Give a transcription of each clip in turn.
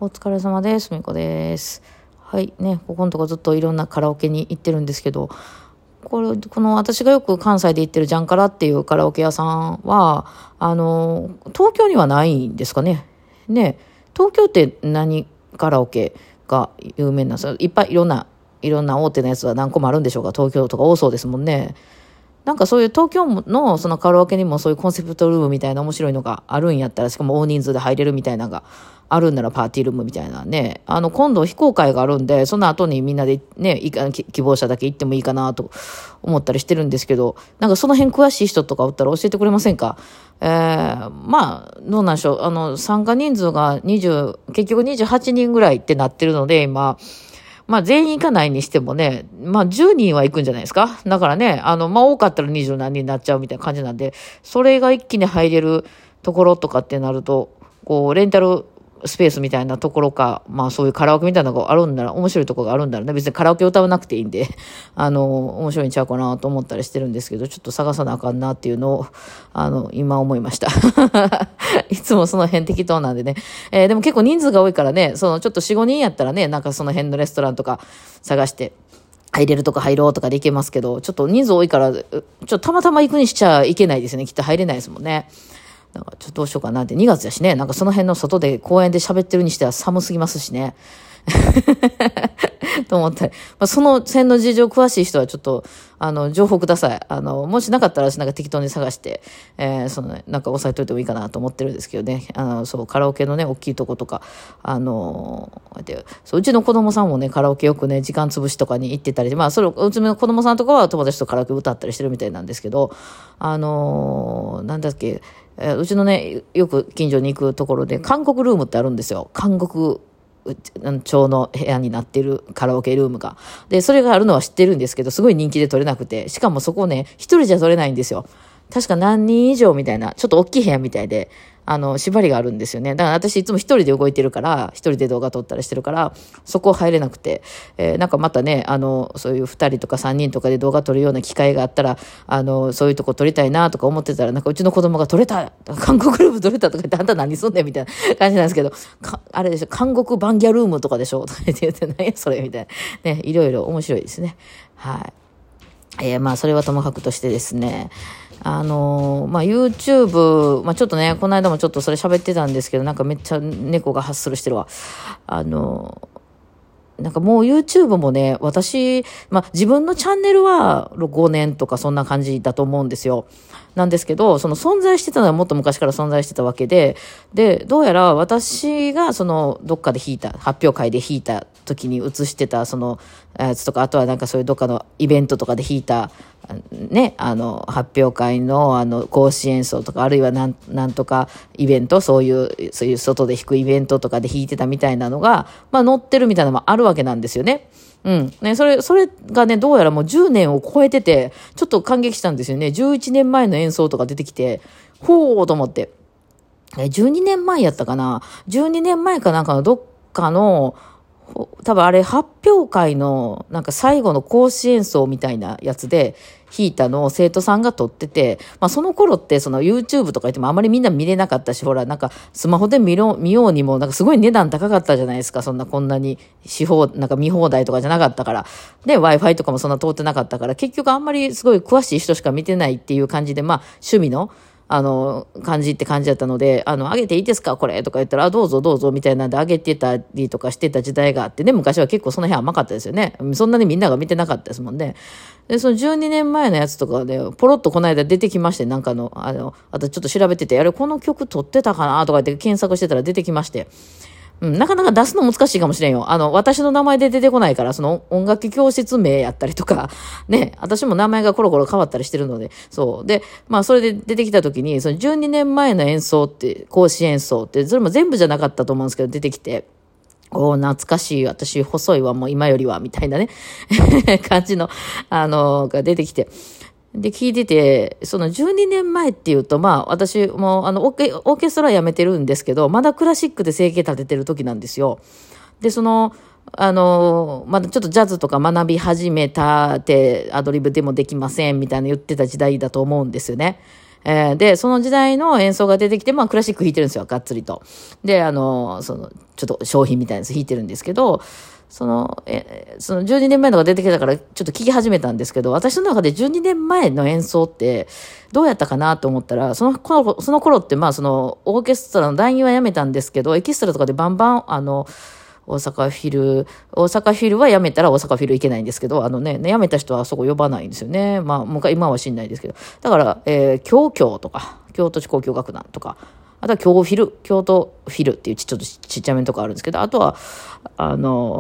お疲れ様です。みこです。はいね、ここのとこずっといろんなカラオケに行ってるんですけど、この私がよく関西で行ってるジャンカラっていうカラオケ屋さんは、東京にはないんですかね。ね、東京って何カラオケが有名なんですか？いっぱいいろんな大手のやつは何個もあるんでしょうか？東京とか多そうですもんね。なんかそういう東京のそのカラオケにもそういうコンセプトルームみたいな面白いのがあるんやったら、しかも大人数で入れるみたいなのがあるんならパーティールームみたいなね。今度非公開があるんで、その後にみんなでね、希望者だけ行ってもいいかなと思ったりしてるんですけど、なんかその辺詳しい人とかおったら教えてくれませんか？まあ、どうなんでしょう。参加人数が結局28人ぐらいってなってるので、今、まあ全員行かないにしてもね、まあ10人は行くんじゃないですか。だからね、まあ多かったら20何人になっちゃうみたいな感じなんで、それが一気に入れるところとかってなると、こう、レンタルスペースみたいなところか、まあそういうカラオケみたいなのがあるんなら、面白いところがあるんだろうね。別にカラオケ歌わなくていいんで、面白いんちゃうかなと思ったりしてるんですけど、ちょっと探さなあかんなっていうのを、今思いました。いつもその辺適当なんでね。でも結構人数が多いからね、ちょっと4、5人やったらね、なんかその辺のレストランとか探して、入れるとか入ろうとかで行けますけど、ちょっと人数多いから、たまたま行くにしちゃいけないですね。きっと入れないですもんね。なんかちょっとどうしようかなって2月やしね、なんかその辺の外で公園で喋ってるにしては寒すぎますしね。と思ったり、まあ、その辺の事情詳しい人はちょっと、情報ください。もしなかったら、なんか適当に探して、なんか押さえといてもいいかなと思ってるんですけどね。カラオケのね、大きいとことか、うちの子供さんもね、カラオケよくね、時間潰しとかに行ってたり、まあ、うちの子供さんとかは友達とカラオケ歌ったりしてるみたいなんですけど、なんだっけ、うちのね、よく近所に行くところで、韓国ルームってあるんですよ。韓国町の部屋になってるカラオケルームが。で、それがあるのは知ってるんですけど、すごい人気で取れなくて、しかもそこね、一人じゃ取れないんですよ。確か何人以上みたいな、ちょっと大きい部屋みたいで、縛りがあるんですよね。だから私いつも一人で動いてるから、一人で動画撮ったりしてるから、そこ入れなくて、なんかまたね、そういう二人とか三人とかで動画撮るような機会があったら、そういうとこ撮りたいなとか思ってたら、なんかうちの子供が撮れた、韓国ルーム撮れたとか言って、あんた何すんねんみたいな感じなんですけど、あれでしょ、韓国バンギャルームとかでしょとか言って、何やそれみたいな。ね、いろいろ面白いですね。はい。まあ、それはともかくとしてですね、まあ、YouTube、まあ、ちょっとね、この間もちょっとそれ喋ってたんですけど、なんかめっちゃ猫がハッスルしてるわ。なんかもう YouTube もね、私、まあ自分のチャンネルは5年とかそんな感じだと思うんですよ。なんですけど、その存在してたのはもっと昔から存在してたわけで、で、どうやら私がどっかで発表会で弾いた時に映してたやつとか、あとはなんかそういうどっかのイベントとかで弾いた、ね、発表会の講師演奏とか、あるいはなんとかイベント、そういう外で弾くイベントとかで弾いてたみたいなのが、まあ載ってるみたいなのもあるわけなんですよね。うん。ね、それがね、どうやらもう10年を超えてて、ちょっと感激したんですよね。11年前の演奏とか出てきて、ほーと思って。12年前やったかな？ 12 年前かなんかのどっかの、多分あれ発表会のなんか最後の講師演奏みたいなやつで弾いたのを生徒さんが撮ってて、まあその頃ってYouTube とか言ってもあまりみんな見れなかったし、ほらなんかスマホで見ようにもなんかすごい値段高かったじゃないですか。こんなになんか見放題とかじゃなかったから。で、Wi-Fi とかもそんな通ってなかったから、結局あんまりすごい詳しい人しか見てないっていう感じで、まあ趣味の感じって感じだったので、あげていいですかこれとか言ったら、どうぞどうぞみたいなんであげてたりとかしてた時代があってね、昔は結構その辺甘かったですよね。そんなにみんなが見てなかったですもんね。で、その12年前のやつとかで、ポロッとこの間出てきまして、なんかあとちょっと調べてて、あれこの曲撮ってたかなとか言って検索してたら出てきまして、うん、なかなか出すの難しいかもしれんよ。私の名前で出てこないから、音楽教室名やったりとか、ね、私も名前がコロコロ変わったりしてるので、そう。で、まあ、それで出てきた時に、12年前の演奏って、講師演奏って、それも全部じゃなかったと思うんですけど、出てきて、懐かしい、私細いわ、もう今よりは、みたいなね、感じの、が出てきて、で、聞いてて、12年前っていうと、まあ、私も、オーケストラ辞めてるんですけど、まだクラシックで生計立ててる時なんですよ。で、まだちょっとジャズとか学び始めたって、アドリブでもできません、みたいな言ってた時代だと思うんですよね。 で、その時代の演奏が出てきて、まあクラシック弾いてるんですよ、がっつりと。で、ちょっと商品みたいなやつ弾いてるんですけど、その12年前のが出てきたからちょっと聞き始めたんですけど、私の中で12年前の演奏ってどうやったかなと思ったら、その頃ってまあオーケストラの団員は辞めたんですけど、エキストラとかでバンバン大阪フィルは辞めたら大阪フィル行けないんですけど、辞めた人はあそこ呼ばないんですよね。まあ、今は知んないですけど。だから、京とか、京都市交響楽団とか、あとは京都フィルっていうちょっとちっちゃめのとこあるんですけど、あとは、大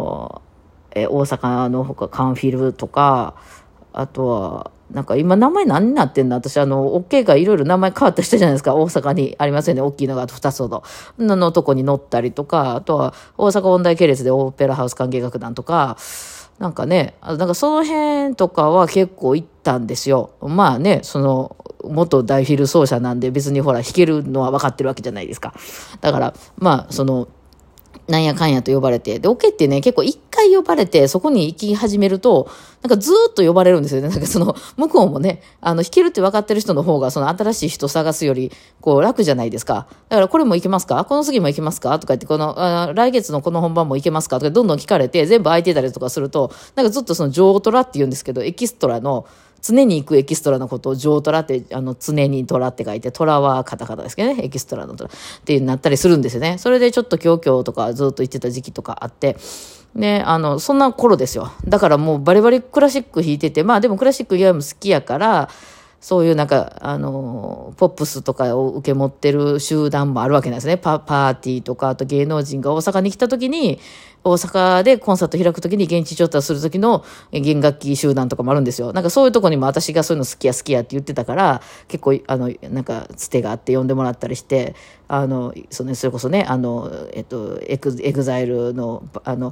阪のほかカンフィルとか、あとは、なんか今名前何になってんの？私OK がいろいろ名前変わった人じゃないですか。大阪にありますよね。大きいのが2つほど。のとこに乗ったりとか、あとは大阪音大系列でオペラハウス管弦楽団とか、なんかね、なんかその辺とかは結構行ったんですよ。まあね、元大フィル奏者なんで別にほら弾けるのは分かってるわけじゃないですか。だから、まあなんやかんやと呼ばれて。で、オケってね、結構一回呼ばれて、そこに行き始めると、なんかずーっと呼ばれるんですよね。なんか向こうもね、弾けるって分かってる人の方が、新しい人探すより、楽じゃないですか。だからこれも行けますか？この次も行けますか？とか言って、来月のこの本番も行けますか？とかどんどん聞かれて、全部空いてたりとかすると、なんかずっと上トラって言うんですけど、エキストラの、常に行くエキストラのことを上トラって、常にトラって書いて、トラはカタカタですけどね、エキストラのトラってなったりするんですよね。それでちょっと京とかずっと行ってた時期とかあって、ね、そんな頃ですよ。だからもうバリバリクラシック弾いてて、まあでもクラシック以外も好きやから、そういうなんか、ポップスとかを受け持ってる集団もあるわけなんですね。パーティーとか、あと芸能人が大阪に来た時に、大阪でコンサート開く時に現地調達する時の弦楽器集団とかもあるんですよ。なんかそういうとこにも私がそういうの好きやって言ってたから、結構、なんか、つてがあって呼んでもらったりして、それこそね、エグザイルの、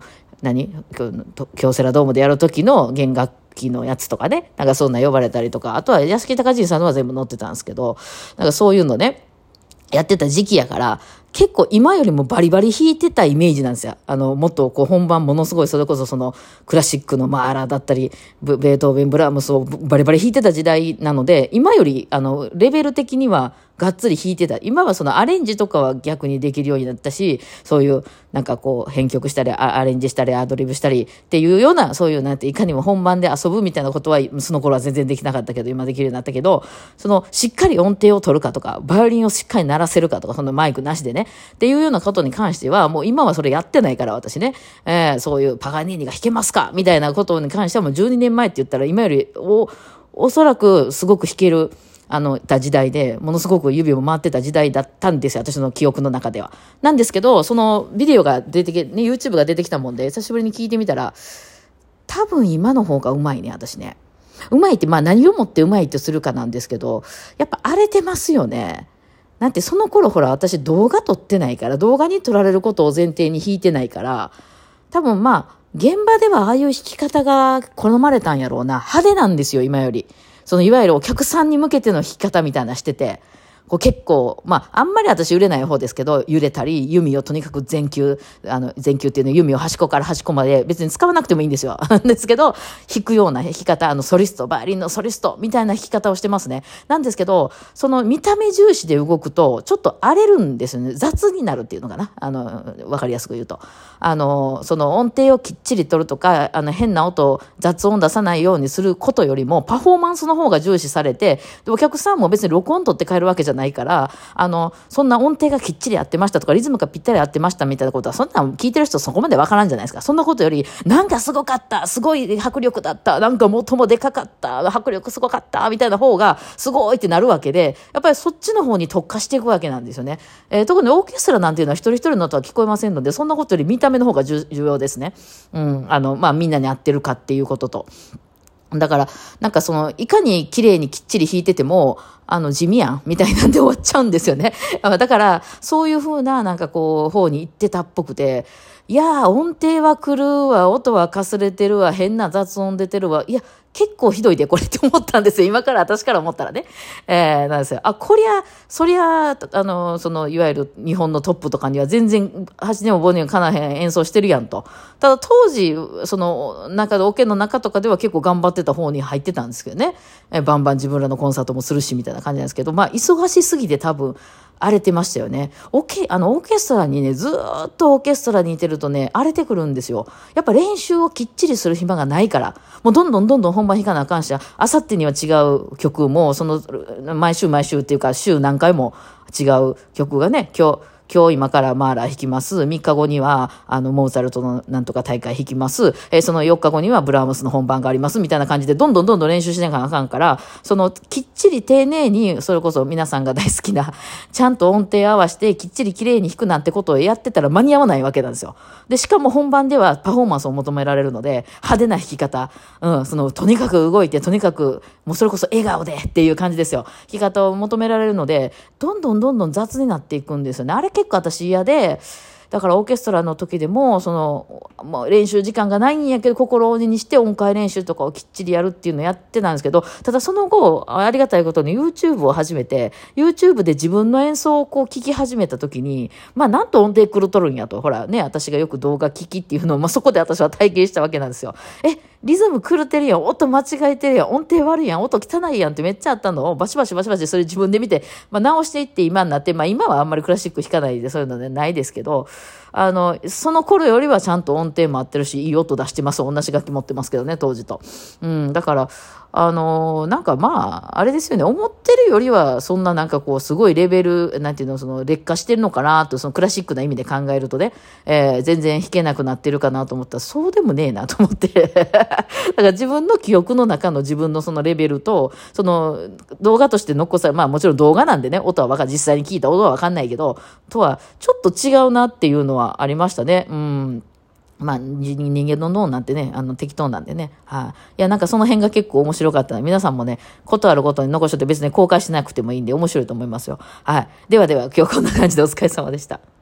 京セラドームでやる時の弦楽器のやつとかね、なんかそんな呼ばれたりとか、あとは安木隆人さんのは全部載ってたんですけど、なんかそういうのね、やってた時期やから、結構今よりもバリバリ弾いてたイメージなんですよ。もっと本番ものすごい、それこそクラシックのマーラーだったり、ベートーベン、ブラームスをバリバリ弾いてた時代なので、今より、レベル的にはがっつり弾いてた。今はアレンジとかは逆にできるようになったし、そういう、なんか編曲したり、アレンジしたり、アドリブしたりっていうような、そういういかにも本番で遊ぶみたいなことは、その頃は全然できなかったけど、今できるようになったけど、しっかり音程を取るかとか、バイオリンをしっかり鳴らせるかとか、そのマイクなしでね、っていうようなことに関しては、もう今はそれやってないから、私ね、そういうパガニーニが弾けますかみたいなことに関してはもう12年前って言ったら、今よりおそらくすごく弾ける、た時代で、ものすごく指も回ってた時代だったんですよ。私の記憶の中では。なんですけど、そのビデオが出てきて、ね、YouTube が出てきたもんで、久しぶりに聞いてみたら、多分今の方がうまいね、私ね。うまいって、まあ何をもってうまいとするかなんですけど、やっぱ荒れてますよね。なんてその頃ほら私動画撮ってないから、動画に撮られることを前提に弾いてないから、多分まあ、現場ではああいう弾き方が好まれたんやろうな。派手なんですよ、今より。いわゆるお客さんに向けての弾き方みたいなしてて、結構、まあ、あんまり私揺れない方ですけど、揺れたり、弓をとにかく前球っていうのは弓を端っこから端っこまで別に使わなくてもいいんですよ。ですけど、弾くような弾き方、ソリスト、バイオリンのソリストみたいな弾き方をしてますね。なんですけど、見た目重視で動くと、ちょっと荒れるんですよね。雑になるっていうのかな。わかりやすく言うと。音程をきっちり取るとか、変な音、雑音出さないようにすることよりも、パフォーマンスの方が重視されて、でお客さんも別に録音取って帰るわけじゃないから、そんな音程がきっちり合ってましたとか、リズムがぴったり合ってましたみたいなことは、そんな聞いてる人そこまでわからんじゃないですか。そんなことより、なんかすごかった、すごい迫力だった、なんか元もでかかった、迫力すごかった、みたいな方が、すごいってなるわけで、やっぱりそっちの方に特化していくわけなんですよね。特にオーケストラなんていうのは一人一人の音は聞こえませんので、そんなことより見た目の方が重要ですね。まあみんなに合ってるかっていうことと。だから、なんかいかに綺麗にきっちり弾いてても、地味やんみたいなんで終わっちゃうんですよね。だから、そういう風な、なんか方に行ってたっぽくて、いやー、音程は狂うわ、音はかすれてるわ、変な雑音出てるわ、いや、結構ひどいで、これって思ったんですよ。今から、私から思ったらね。なんですよ。そりゃ、いわゆる日本のトップとかには全然、8年も5年もかなへん演奏してるやんと。ただ当時、中で、オケの中とかでは結構頑張ってた方に入ってたんですけどね。バンバン自分らのコンサートもするし、みたいなな感じなんですけど、まあ、忙しすぎて多分、荒れてましたよね。オーケストラにね、ずーっとオーケストラにいてるとね、荒れてくるんですよ。やっぱ練習をきっちりする暇がないから、もうどんどん本番弾かなあかんし、あさってには違う曲も、毎週っていうか、週何回も違う曲がね、今日今からマーラー弾きます。3日後には、モーツァルトのなんとか大会弾きます。その4日後にはブラームスの本番があります。みたいな感じで、どんどん練習しなきゃあかんから、きっちり丁寧に、それこそ皆さんが大好きな、ちゃんと音程合わせて、きっちり綺麗に弾くなんてことをやってたら間に合わないわけなんですよ。で、しかも本番ではパフォーマンスを求められるので、派手な弾き方、とにかく動いて、とにかく、もうそれこそ笑顔でっていう感じですよ。弾き方を求められるので、どんどん雑になっていくんですよね。あれ結構私嫌で、だからオーケストラの時でも、もう練習時間がないんやけど、心を鬼にして音階練習とかをきっちりやるっていうのをやってたんですけど、ただその後、ありがたいことに YouTube を始めて、YouTube で自分の演奏をこう聞き始めた時に、まあなんと音程狂っとるんやと、ほらね、私がよく動画聞きっていうのを、まあそこで私は体験したわけなんですよ。リズム狂ってるやん、音間違えてるやん、音程悪いやん、音汚いやんってめっちゃあったのをバシバシそれ自分で見て、まあ直していって今になって、まあ今はあんまりクラシック弾かないでそういうのねないですけど、その頃よりはちゃんと音程も合ってるし、いい音出してます。同じ楽器持ってますけどね、当時と。だから、なんかまあ、あれですよね、思ってるよりは、そんななんかこう、すごいレベル、なんていうの、劣化してるのかなと、クラシックな意味で考えるとね、全然弾けなくなってるかなと思ったら、そうでもねえなと思って。だから自分の記憶の中の自分のそのレベルと、動画として残され、まあもちろん動画なんでね、音は実際に聞いた音はわかんないけど、とは、ちょっと違うなっていうのはありましたね。まあ、人間の脳なんてね、適当なんでね。いや、なんかその辺が結構面白かったので、皆さんもね、ことあるごとに残しとって別に公開しなくてもいいんで面白いと思いますよ。では、今日こんな感じでお疲れ様でした。